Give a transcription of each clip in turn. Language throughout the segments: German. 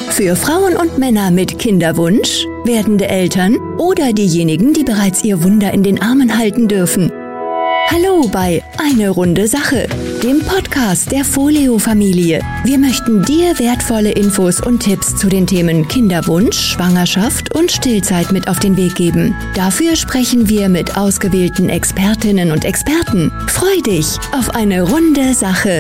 Für Frauen und Männer mit Kinderwunsch, werdende Eltern oder diejenigen, die bereits ihr Wunder in den Armen halten dürfen. Hallo bei Eine runde Sache, dem Podcast der Folio-Familie. Wir möchten dir wertvolle Infos und Tipps zu den Themen Kinderwunsch, Schwangerschaft und Stillzeit mit auf den Weg geben. Dafür sprechen wir mit ausgewählten Expertinnen und Experten. Freu dich auf eine runde Sache.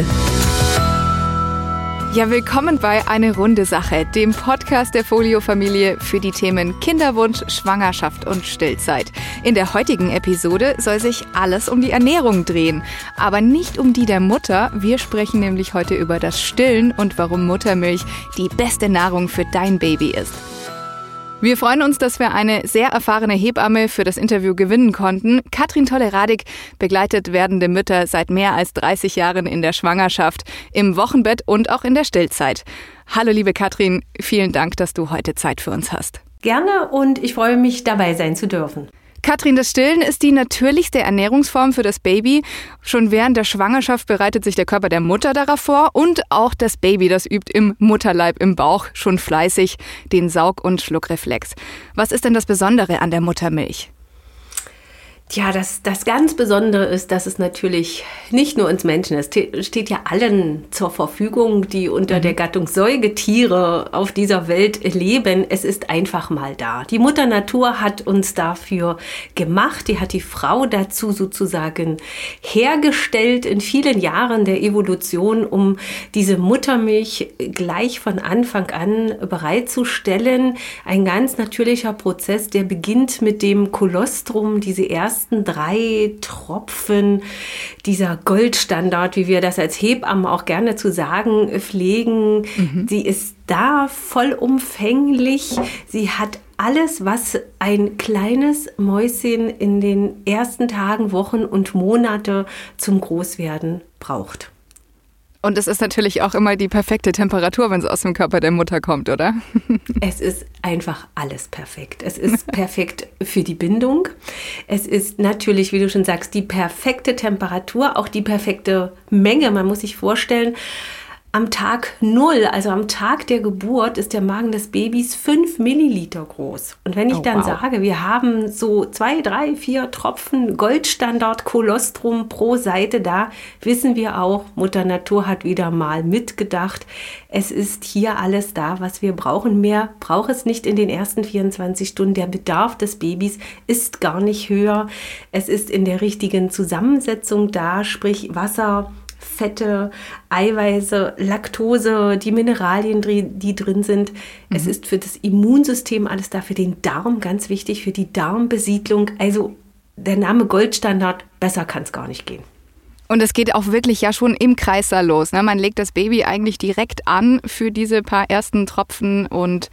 Ja, willkommen bei Eine runde Sache, dem Podcast der Folio-Familie für die Themen Kinderwunsch, Schwangerschaft und Stillzeit. In der heutigen Episode soll sich alles um die Ernährung drehen, aber nicht um die der Mutter. Wir sprechen nämlich heute über das Stillen und warum Muttermilch die beste Nahrung für dein Baby ist. Wir freuen uns, dass wir eine sehr erfahrene Hebamme für das Interview gewinnen konnten. Katrin Tolle-Radig begleitet werdende Mütter seit mehr als 30 Jahren in der Schwangerschaft, im Wochenbett und auch in der Stillzeit. Hallo liebe Katrin, vielen Dank, dass du heute Zeit für uns hast. Gerne und ich freue mich, dabei sein zu dürfen. Katrin, das Stillen ist die natürlichste Ernährungsform für das Baby. Schon während der Schwangerschaft bereitet sich der Körper der Mutter darauf vor und auch das Baby, das übt im Mutterleib im Bauch schon fleißig den Saug- und Schluckreflex. Was ist denn das Besondere an der Muttermilch? Ja, das ganz Besondere ist, dass es natürlich nicht nur uns Menschen, es steht ja allen zur Verfügung, die unter der Gattung Säugetiere auf dieser Welt leben. Es ist einfach mal da. Die Mutter Natur hat uns dafür gemacht, die hat die Frau dazu sozusagen hergestellt in vielen Jahren der Evolution, um diese Muttermilch gleich von Anfang an bereitzustellen. Ein ganz natürlicher Prozess, der beginnt mit dem Kolostrum, diese ersten 3 Tropfen, dieser Goldstandard, wie wir das als Hebammen auch gerne zu sagen pflegen. Sie ist da vollumfänglich. Sie hat alles, was ein kleines Mäuschen in den ersten Tagen, Wochen und Monate zum Großwerden braucht. Und es ist natürlich auch immer die perfekte Temperatur, wenn es aus dem Körper der Mutter kommt, oder? Es ist einfach alles perfekt. Es ist perfekt für die Bindung. Es ist natürlich, wie du schon sagst, die perfekte Temperatur, auch die perfekte Menge. Man muss sich vorstellen, am Tag 0, also am Tag der Geburt, ist der Magen des Babys 5 Milliliter groß. Und wenn ich sage, wir haben so 2, 3, 4 Tropfen Goldstandard Kolostrum pro Seite da, wissen wir auch, Mutter Natur hat wieder mal mitgedacht. Es ist hier alles da, was wir brauchen. Mehr braucht es nicht in den ersten 24 Stunden. Der Bedarf des Babys ist gar nicht höher. Es ist in der richtigen Zusammensetzung da, sprich Wasser, Fette, Eiweiße, Laktose, die Mineralien, die drin sind. Es ist für das Immunsystem alles da, für den Darm ganz wichtig, für die Darmbesiedlung. Also der Name Goldstandard, besser kann es gar nicht gehen. Und es geht auch wirklich ja schon im Kreissaal los, ne? Man legt das Baby eigentlich direkt an für diese paar ersten Tropfen und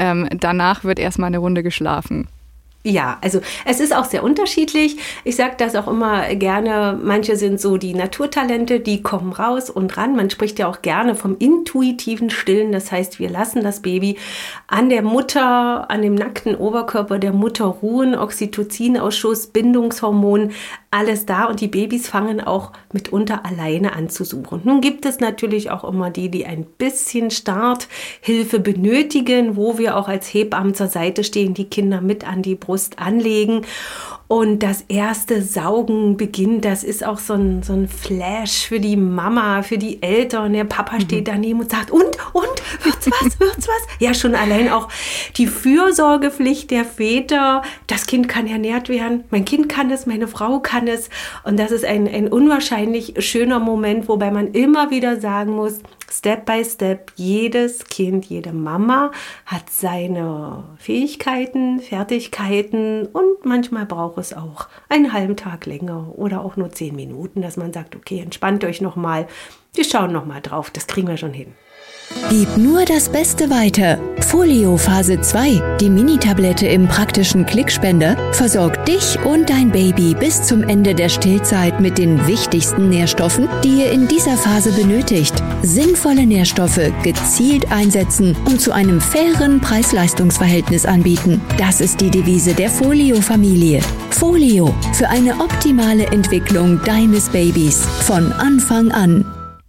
danach wird erstmal eine Runde geschlafen. Ja, also es ist auch sehr unterschiedlich. Ich sage das auch immer gerne, manche sind so die Naturtalente, die kommen raus und ran. Man spricht ja auch gerne vom intuitiven Stillen. Das heißt, wir lassen das Baby an der Mutter, an dem nackten Oberkörper der Mutter ruhen, Oxytocinausschuss, Bindungshormon, alles da und die Babys fangen auch mitunter alleine an zu suchen. Nun gibt es natürlich auch immer die ein bisschen Starthilfe benötigen, wo wir auch als Hebammen zur Seite stehen, die Kinder mit an die Brust anlegen und das erste Saugen beginnt. Das ist auch so ein Flash für die Mama, für die Eltern. Der Papa steht daneben und sagt, und, wird's was? Ja, schon allein auch die Fürsorgepflicht der Väter. Das Kind kann ernährt werden, mein Kind kann es, meine Frau kann es. Und das ist ein unwahrscheinlich schöner Moment, wobei man immer wieder sagen muss, Step by Step, jedes Kind, jede Mama hat seine Fähigkeiten, Fertigkeiten und manchmal braucht es auch einen halben Tag länger oder auch nur 10 Minuten, dass man sagt, okay, entspannt euch nochmal, wir schauen nochmal drauf, das kriegen wir schon hin. Gib nur das Beste weiter. Folio Phase 2, die Mini-Tablette im praktischen Klickspender, versorgt dich und dein Baby bis zum Ende der Stillzeit mit den wichtigsten Nährstoffen, die ihr in dieser Phase benötigt. Sinnvolle Nährstoffe gezielt einsetzen und zu einem fairen Preis-Leistungs-Verhältnis anbieten. Das ist die Devise der Folio-Familie. Folio für eine optimale Entwicklung deines Babys von Anfang an.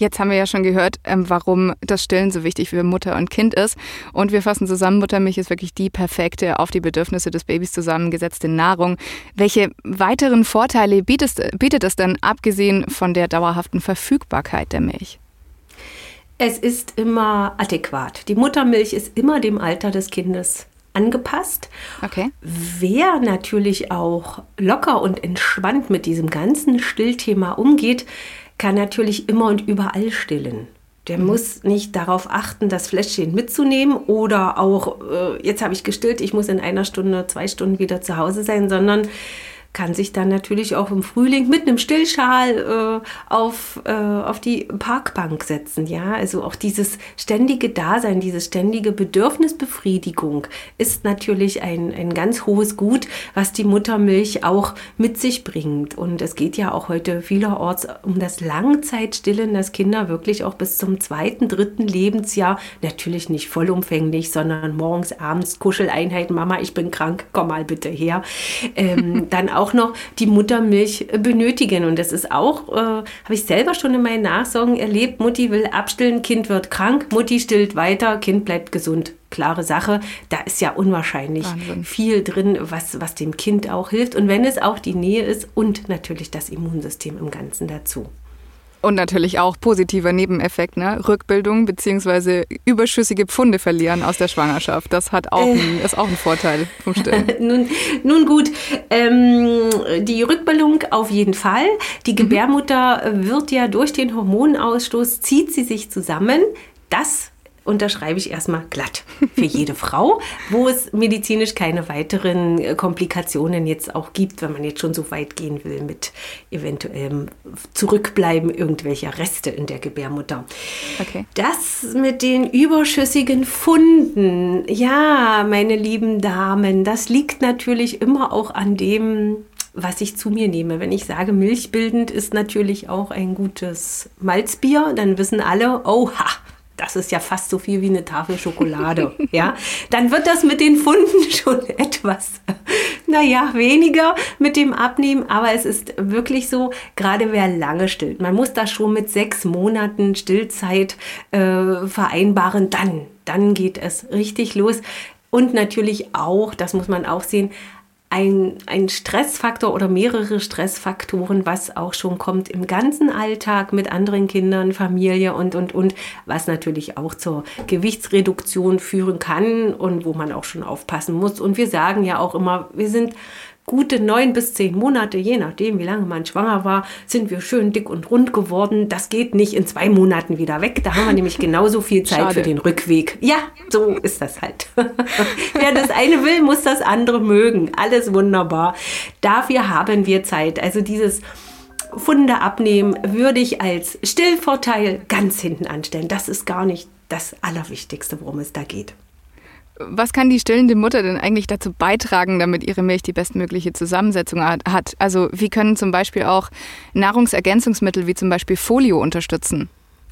Jetzt haben wir ja schon gehört, warum das Stillen so wichtig für Mutter und Kind ist. Und wir fassen zusammen, Muttermilch ist wirklich die perfekte, auf die Bedürfnisse des Babys zusammengesetzte Nahrung. Welche weiteren Vorteile bietet es denn, abgesehen von der dauerhaften Verfügbarkeit der Milch? Es ist immer adäquat. Die Muttermilch ist immer dem Alter des Kindes angepasst. Okay. Wer natürlich auch locker und entspannt mit diesem ganzen Stillthema umgeht, kann natürlich immer und überall stillen. Der muss nicht darauf achten, das Fläschchen mitzunehmen oder auch, jetzt habe ich gestillt, ich muss in 1 Stunde, 2 Stunden wieder zu Hause sein, sondern kann sich dann natürlich auch im Frühling mit einem Stillschal auf die Parkbank setzen. Ja? Also auch dieses ständige Dasein, diese ständige Bedürfnisbefriedigung ist natürlich ein ganz hohes Gut, was die Muttermilch auch mit sich bringt. Und es geht ja auch heute vielerorts um das Langzeitstillen, dass Kinder wirklich auch bis zum 2., 3. Lebensjahr, natürlich nicht vollumfänglich, sondern morgens, abends Kuscheleinheit, Mama, ich bin krank, komm mal bitte her, dann auch noch die Muttermilch benötigen. Und das ist auch, habe ich selber schon in meinen Nachsorgen erlebt, Mutti will abstillen, Kind wird krank, Mutti stillt weiter, Kind bleibt gesund. Klare Sache, da ist ja unwahrscheinlich Wahnsinn. Viel drin, was dem Kind auch hilft. Und wenn es auch die Nähe ist und natürlich das Immunsystem im Ganzen dazu. Und natürlich auch positiver Nebeneffekt, ne? Rückbildung bzw. überschüssige Pfunde verlieren aus der Schwangerschaft. Das ist auch ein Vorteil vom Stillen. Nun gut, die Rückbildung auf jeden Fall. Die Gebärmutter wird ja durch den Hormonausstoß, zieht sie sich zusammen. Das unterschreibe ich erstmal glatt für jede Frau, wo es medizinisch keine weiteren Komplikationen jetzt auch gibt, wenn man jetzt schon so weit gehen will mit eventuellem Zurückbleiben irgendwelcher Reste in der Gebärmutter. Okay. Das mit den überschüssigen Pfunden, ja, meine lieben Damen, das liegt natürlich immer auch an dem, was ich zu mir nehme. Wenn ich sage, milchbildend ist natürlich auch ein gutes Malzbier, dann wissen alle, oha, das ist ja fast so viel wie eine Tafel Schokolade. Ja? Dann wird das mit den Pfunden schon etwas, weniger mit dem Abnehmen. Aber es ist wirklich so, gerade wer lange stillt, man muss das schon mit 6 Monaten Stillzeit vereinbaren. Dann geht es richtig los. Und natürlich auch, das muss man auch sehen, ein Stressfaktor oder mehrere Stressfaktoren, was auch schon kommt im ganzen Alltag mit anderen Kindern, Familie und, was natürlich auch zur Gewichtsreduktion führen kann und wo man auch schon aufpassen muss. Und wir sagen ja auch immer, wir sind gute 9 bis 10 Monate, je nachdem, wie lange man schwanger war, sind wir schön dick und rund geworden. Das geht nicht in 2 Monaten wieder weg. Da haben wir nämlich genauso viel Zeit für den Rückweg. Ja, so ist das halt. Wer das eine will, muss das andere mögen. Alles wunderbar. Dafür haben wir Zeit. Also dieses Pfunde abnehmen würde ich als Stillvorteil ganz hinten anstellen. Das ist gar nicht das Allerwichtigste, worum es da geht. Was kann die stillende Mutter denn eigentlich dazu beitragen, damit ihre Milch die bestmögliche Zusammensetzung hat? Also wie können zum Beispiel auch Nahrungsergänzungsmittel wie zum Beispiel Folio unterstützen?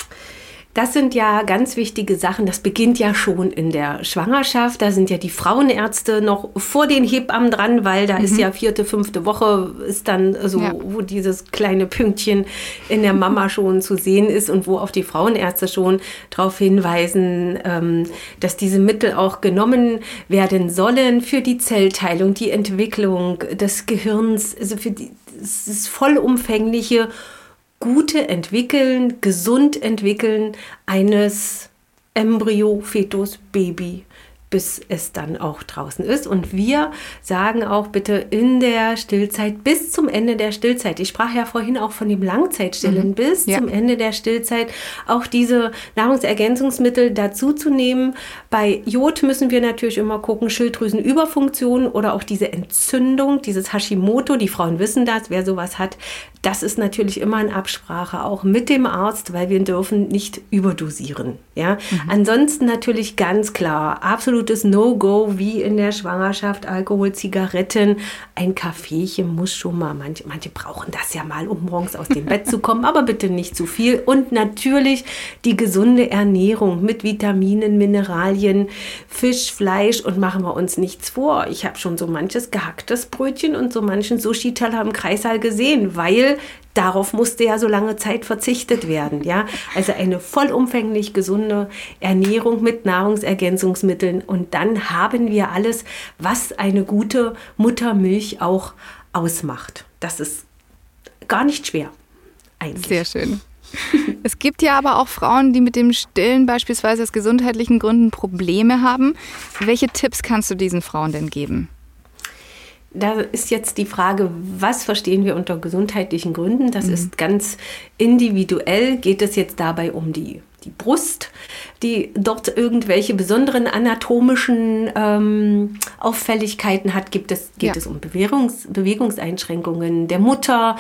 Das sind ja ganz wichtige Sachen. Das beginnt ja schon in der Schwangerschaft. Da sind ja die Frauenärzte noch vor den Hebammen dran, weil da ist ja 4., 5. Woche ist dann so, wo dieses kleine Pünktchen in der Mama schon zu sehen ist und wo auch die Frauenärzte schon darauf hinweisen, dass diese Mittel auch genommen werden sollen für die Zellteilung, die Entwicklung des Gehirns, also für das vollumfängliche gute Entwickeln, gesund entwickeln eines Embryo, Fetus, Baby, bis es dann auch draußen ist. Und wir sagen auch bitte in der Stillzeit bis zum Ende der Stillzeit. Ich sprach ja vorhin auch von dem Langzeitstillen bis zum Ende der Stillzeit auch diese Nahrungsergänzungsmittel dazu zu nehmen. Bei Jod müssen wir natürlich immer gucken, Schilddrüsenüberfunktion oder auch diese Entzündung, dieses Hashimoto. Die Frauen wissen das, wer sowas hat. Das ist natürlich immer in Absprache, auch mit dem Arzt, weil wir dürfen nicht überdosieren. Ja? Ansonsten natürlich ganz klar, absolutes No-Go, wie in der Schwangerschaft, Alkohol, Zigaretten. Ein Kaffeechen muss schon mal, manche brauchen das ja mal, um morgens aus dem Bett zu kommen, aber bitte nicht zu viel. Und natürlich die gesunde Ernährung mit Vitaminen, Mineralien, Fisch, Fleisch und machen wir uns nichts vor. Ich habe schon so manches gehacktes Brötchen und so manchen Sushi-Teller im Kreissaal gesehen, weil Darauf musste ja so lange Zeit verzichtet werden. Ja? Also eine vollumfänglich gesunde Ernährung mit Nahrungsergänzungsmitteln. Und dann haben wir alles, was eine gute Muttermilch auch ausmacht. Das ist gar nicht schwer eigentlich. Sehr schön. Es gibt ja aber auch Frauen, die mit dem Stillen beispielsweise aus gesundheitlichen Gründen Probleme haben. Welche Tipps kannst du diesen Frauen denn geben? Da ist jetzt die Frage, was verstehen wir unter gesundheitlichen Gründen? Das ist ganz individuell. Geht es jetzt dabei um die Brust, die dort irgendwelche besonderen anatomischen Auffälligkeiten hat? Geht es um Bewegungseinschränkungen der Mutter?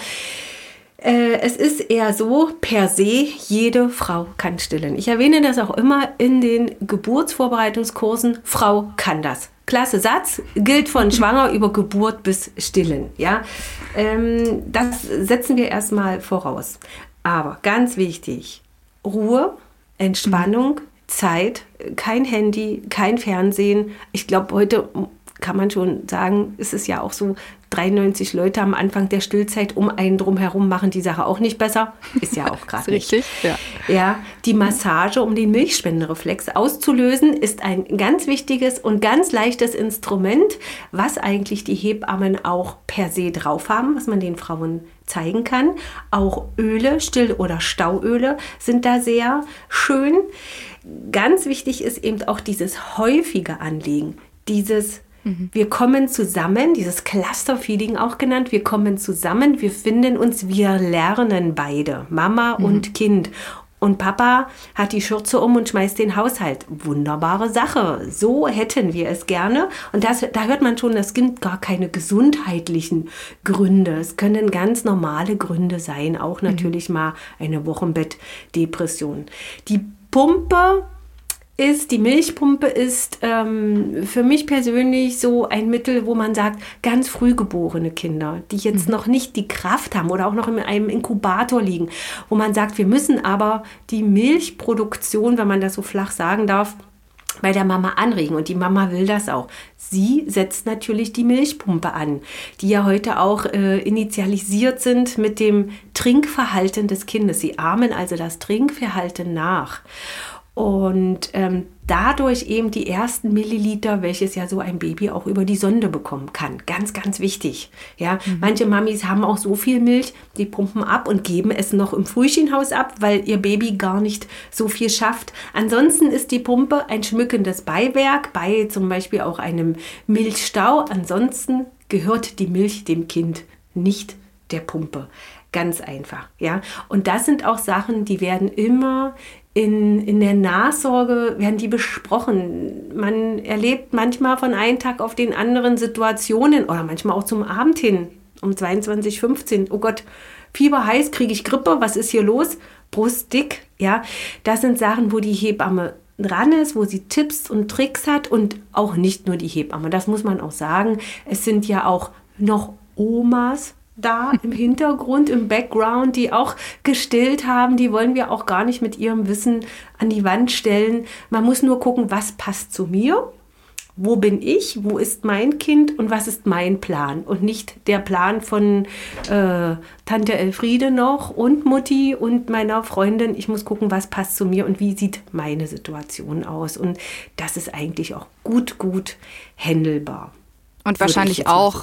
Es ist eher so, per se, jede Frau kann stillen. Ich erwähne das auch immer in den Geburtsvorbereitungskursen. Frau kann das. Klasse Satz, gilt von Schwanger über Geburt bis Stillen. Ja? Das setzen wir erstmal voraus. Aber ganz wichtig, Ruhe, Entspannung, Zeit, kein Handy, kein Fernsehen. Ich glaube, heute kann man schon sagen, es ist ja auch so, 93 Leute am Anfang der Stillzeit um einen drumherum machen die Sache auch nicht besser. Ist ja auch gerade nicht. Richtig, ja. Ja, die Massage, um den Milchspendereflex auszulösen, ist ein ganz wichtiges und ganz leichtes Instrument, was eigentlich die Hebammen auch per se drauf haben, was man den Frauen zeigen kann. Auch Öle, Still- oder Stauöle sind da sehr schön. Ganz wichtig ist eben auch dieses häufige Anlegen, wir kommen zusammen, dieses Cluster-Feeding auch genannt, wir kommen zusammen, wir finden uns, wir lernen beide, Mama und Kind. Und Papa hat die Schürze um und schmeißt den Haushalt. Wunderbare Sache, so hätten wir es gerne. Und da hört man schon, das sind gar keine gesundheitlichen Gründe. Es können ganz normale Gründe sein, auch natürlich mal eine Wochenbettdepression. Die Milchpumpe ist für mich persönlich so ein Mittel, wo man sagt, ganz früh geborene Kinder, die jetzt noch nicht die Kraft haben oder auch noch in einem Inkubator liegen, wo man sagt, wir müssen aber die Milchproduktion, wenn man das so flach sagen darf, bei der Mama anregen. Und die Mama will das auch. Sie setzt natürlich die Milchpumpe an, die ja heute auch initialisiert sind mit dem Trinkverhalten des Kindes. Sie ahmen also das Trinkverhalten nach. Und dadurch eben die ersten Milliliter, welches ja so ein Baby auch über die Sonde bekommen kann. Ganz, ganz wichtig. Ja? Manche Mamis haben auch so viel Milch, die pumpen ab und geben es noch im Frühchenhaus ab, weil ihr Baby gar nicht so viel schafft. Ansonsten ist die Pumpe ein schmückendes Beiwerk, bei zum Beispiel auch einem Milchstau. Ansonsten gehört die Milch dem Kind, nicht der Pumpe. Ganz einfach. Ja? Und das sind auch Sachen, die werden immer in der Nachsorge werden die besprochen. Man erlebt manchmal von einem Tag auf den anderen Situationen oder manchmal auch zum Abend hin um 22:15 Uhr. Oh Gott, Fieber heiß, kriege ich Grippe, was ist hier los? Brust dick, ja. Das sind Sachen, wo die Hebamme dran ist, wo sie Tipps und Tricks hat und auch nicht nur die Hebamme. Das muss man auch sagen. Es sind ja auch noch Omas da im Hintergrund, im Background, die auch gestillt haben, die wollen wir auch gar nicht mit ihrem Wissen an die Wand stellen. Man muss nur gucken, was passt zu mir, wo bin ich, wo ist mein Kind und was ist mein Plan und nicht der Plan von Tante Elfriede noch und Mutti und meiner Freundin. Ich muss gucken, was passt zu mir und wie sieht meine Situation aus und das ist eigentlich auch gut handelbar. Und wahrscheinlich auch,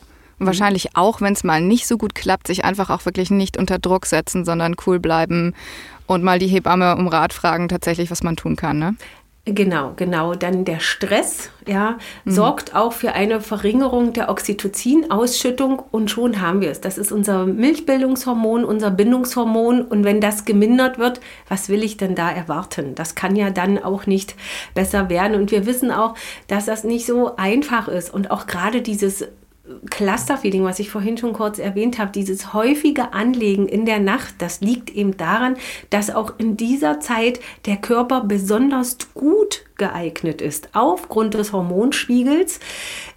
wenn es mal nicht so gut klappt, sich einfach auch wirklich nicht unter Druck setzen, sondern cool bleiben und mal die Hebamme um Rat fragen, tatsächlich, was man tun kann, ne? Genau. Dann der Stress, sorgt auch für eine Verringerung der Oxytocin-Ausschüttung und schon haben wir es. Das ist unser Milchbildungshormon, unser Bindungshormon und wenn das gemindert wird, was will ich denn da erwarten? Das kann ja dann auch nicht besser werden und wir wissen auch, dass das nicht so einfach ist und auch gerade dieses Clusterfeeding, was ich vorhin schon kurz erwähnt habe, dieses häufige Anlegen in der Nacht, das liegt eben daran, dass auch in dieser Zeit der Körper besonders gut geeignet ist, aufgrund des Hormonspiegels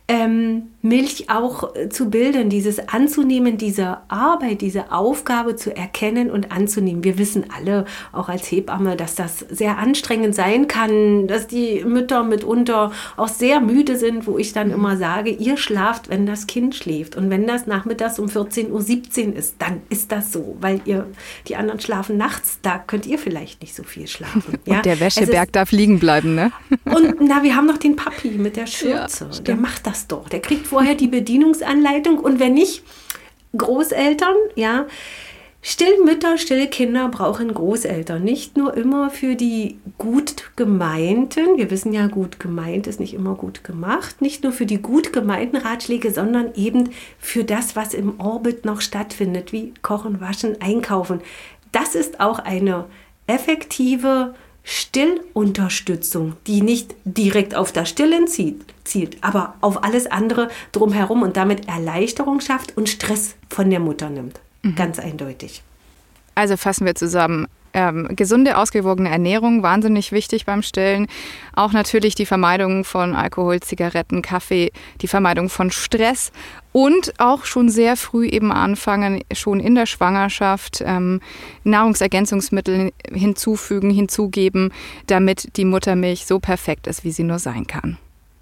Milch auch zu bilden, dieses anzunehmen, diese Arbeit, diese Aufgabe zu erkennen und anzunehmen. Wir wissen alle, auch als Hebamme, dass das sehr anstrengend sein kann, dass die Mütter mitunter auch sehr müde sind, wo ich dann immer sage, ihr schlaft, wenn das Kind schläft. Und wenn das nachmittags um 14:17 Uhr ist, dann ist das so, weil die anderen schlafen nachts, da könnt ihr vielleicht nicht so viel schlafen. Ja? Und der Wäscheberg darf liegen bleiben, ne? Und wir haben noch den Papi mit der Schürze, der macht das doch. Der kriegt vorher die Bedienungsanleitung und wenn nicht, Großeltern, ja, Stillmütter, Stillkinder brauchen Großeltern. Nicht nur immer für die gut gemeinten, wir wissen ja, gut gemeint ist nicht immer gut gemacht, nicht nur für die gut gemeinten Ratschläge, sondern eben für das, was im Orbit noch stattfindet, wie Kochen, Waschen, Einkaufen. Das ist auch eine effektive Stillunterstützung, die nicht direkt auf das Stillen zielt, aber auf alles andere drumherum und damit Erleichterung schafft und Stress von der Mutter nimmt. Ganz eindeutig. Also fassen wir zusammen. Gesunde, ausgewogene Ernährung, wahnsinnig wichtig beim Stillen. Auch natürlich die Vermeidung von Alkohol, Zigaretten, Kaffee, die Vermeidung von Stress und auch schon sehr früh eben anfangen, schon in der Schwangerschaft Nahrungsergänzungsmittel hinzugeben, damit die Muttermilch so perfekt ist, wie sie nur sein kann.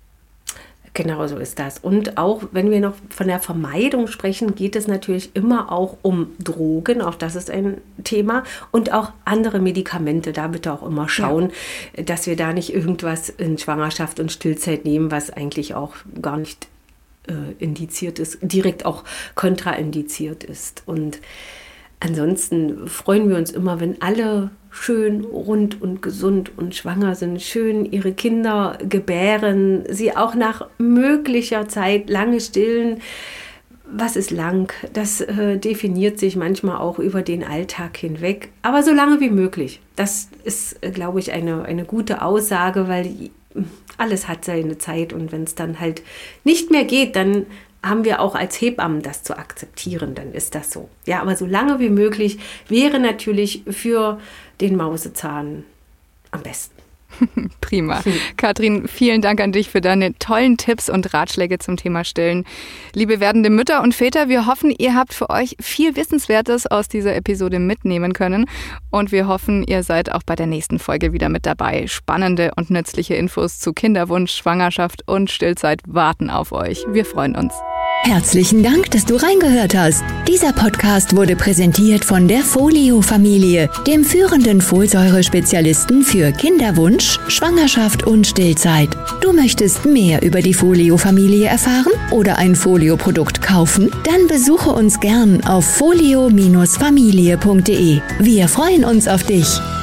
Genau so ist das. Und auch wenn wir noch von der Vermeidung sprechen, geht es natürlich immer auch um Drogen. Auch das ist ein Thema. Und auch andere Medikamente. Da bitte auch immer schauen, dass wir da nicht irgendwas in Schwangerschaft und Stillzeit nehmen, was eigentlich auch gar nicht indiziert ist, direkt auch kontraindiziert ist. Und ansonsten freuen wir uns immer, wenn alle schön, rund und gesund und schwanger sind, schön ihre Kinder gebären, sie auch nach möglicher Zeit lange stillen. Was ist lang? Das definiert sich manchmal auch über den Alltag hinweg, aber so lange wie möglich. Das ist, glaube ich, eine gute Aussage, weil alles hat seine Zeit und wenn es dann halt nicht mehr geht, dann haben wir auch als Hebammen das zu akzeptieren, dann ist das so. Ja, aber so lange wie möglich wäre natürlich für den Mausezahn am besten. Prima. Katrin, vielen Dank an dich für deine tollen Tipps und Ratschläge zum Thema Stillen. Liebe werdende Mütter und Väter, wir hoffen, ihr habt für euch viel Wissenswertes aus dieser Episode mitnehmen können und wir hoffen, ihr seid auch bei der nächsten Folge wieder mit dabei. Spannende und nützliche Infos zu Kinderwunsch, Schwangerschaft und Stillzeit warten auf euch. Wir freuen uns. Herzlichen Dank, dass du reingehört hast. Dieser Podcast wurde präsentiert von der Folio-Familie, dem führenden Folsäure-Spezialisten für Kinderwunsch, Schwangerschaft und Stillzeit. Du möchtest mehr über die Folio-Familie erfahren oder ein Folio-Produkt kaufen? Dann besuche uns gern auf folio-familie.de. Wir freuen uns auf dich.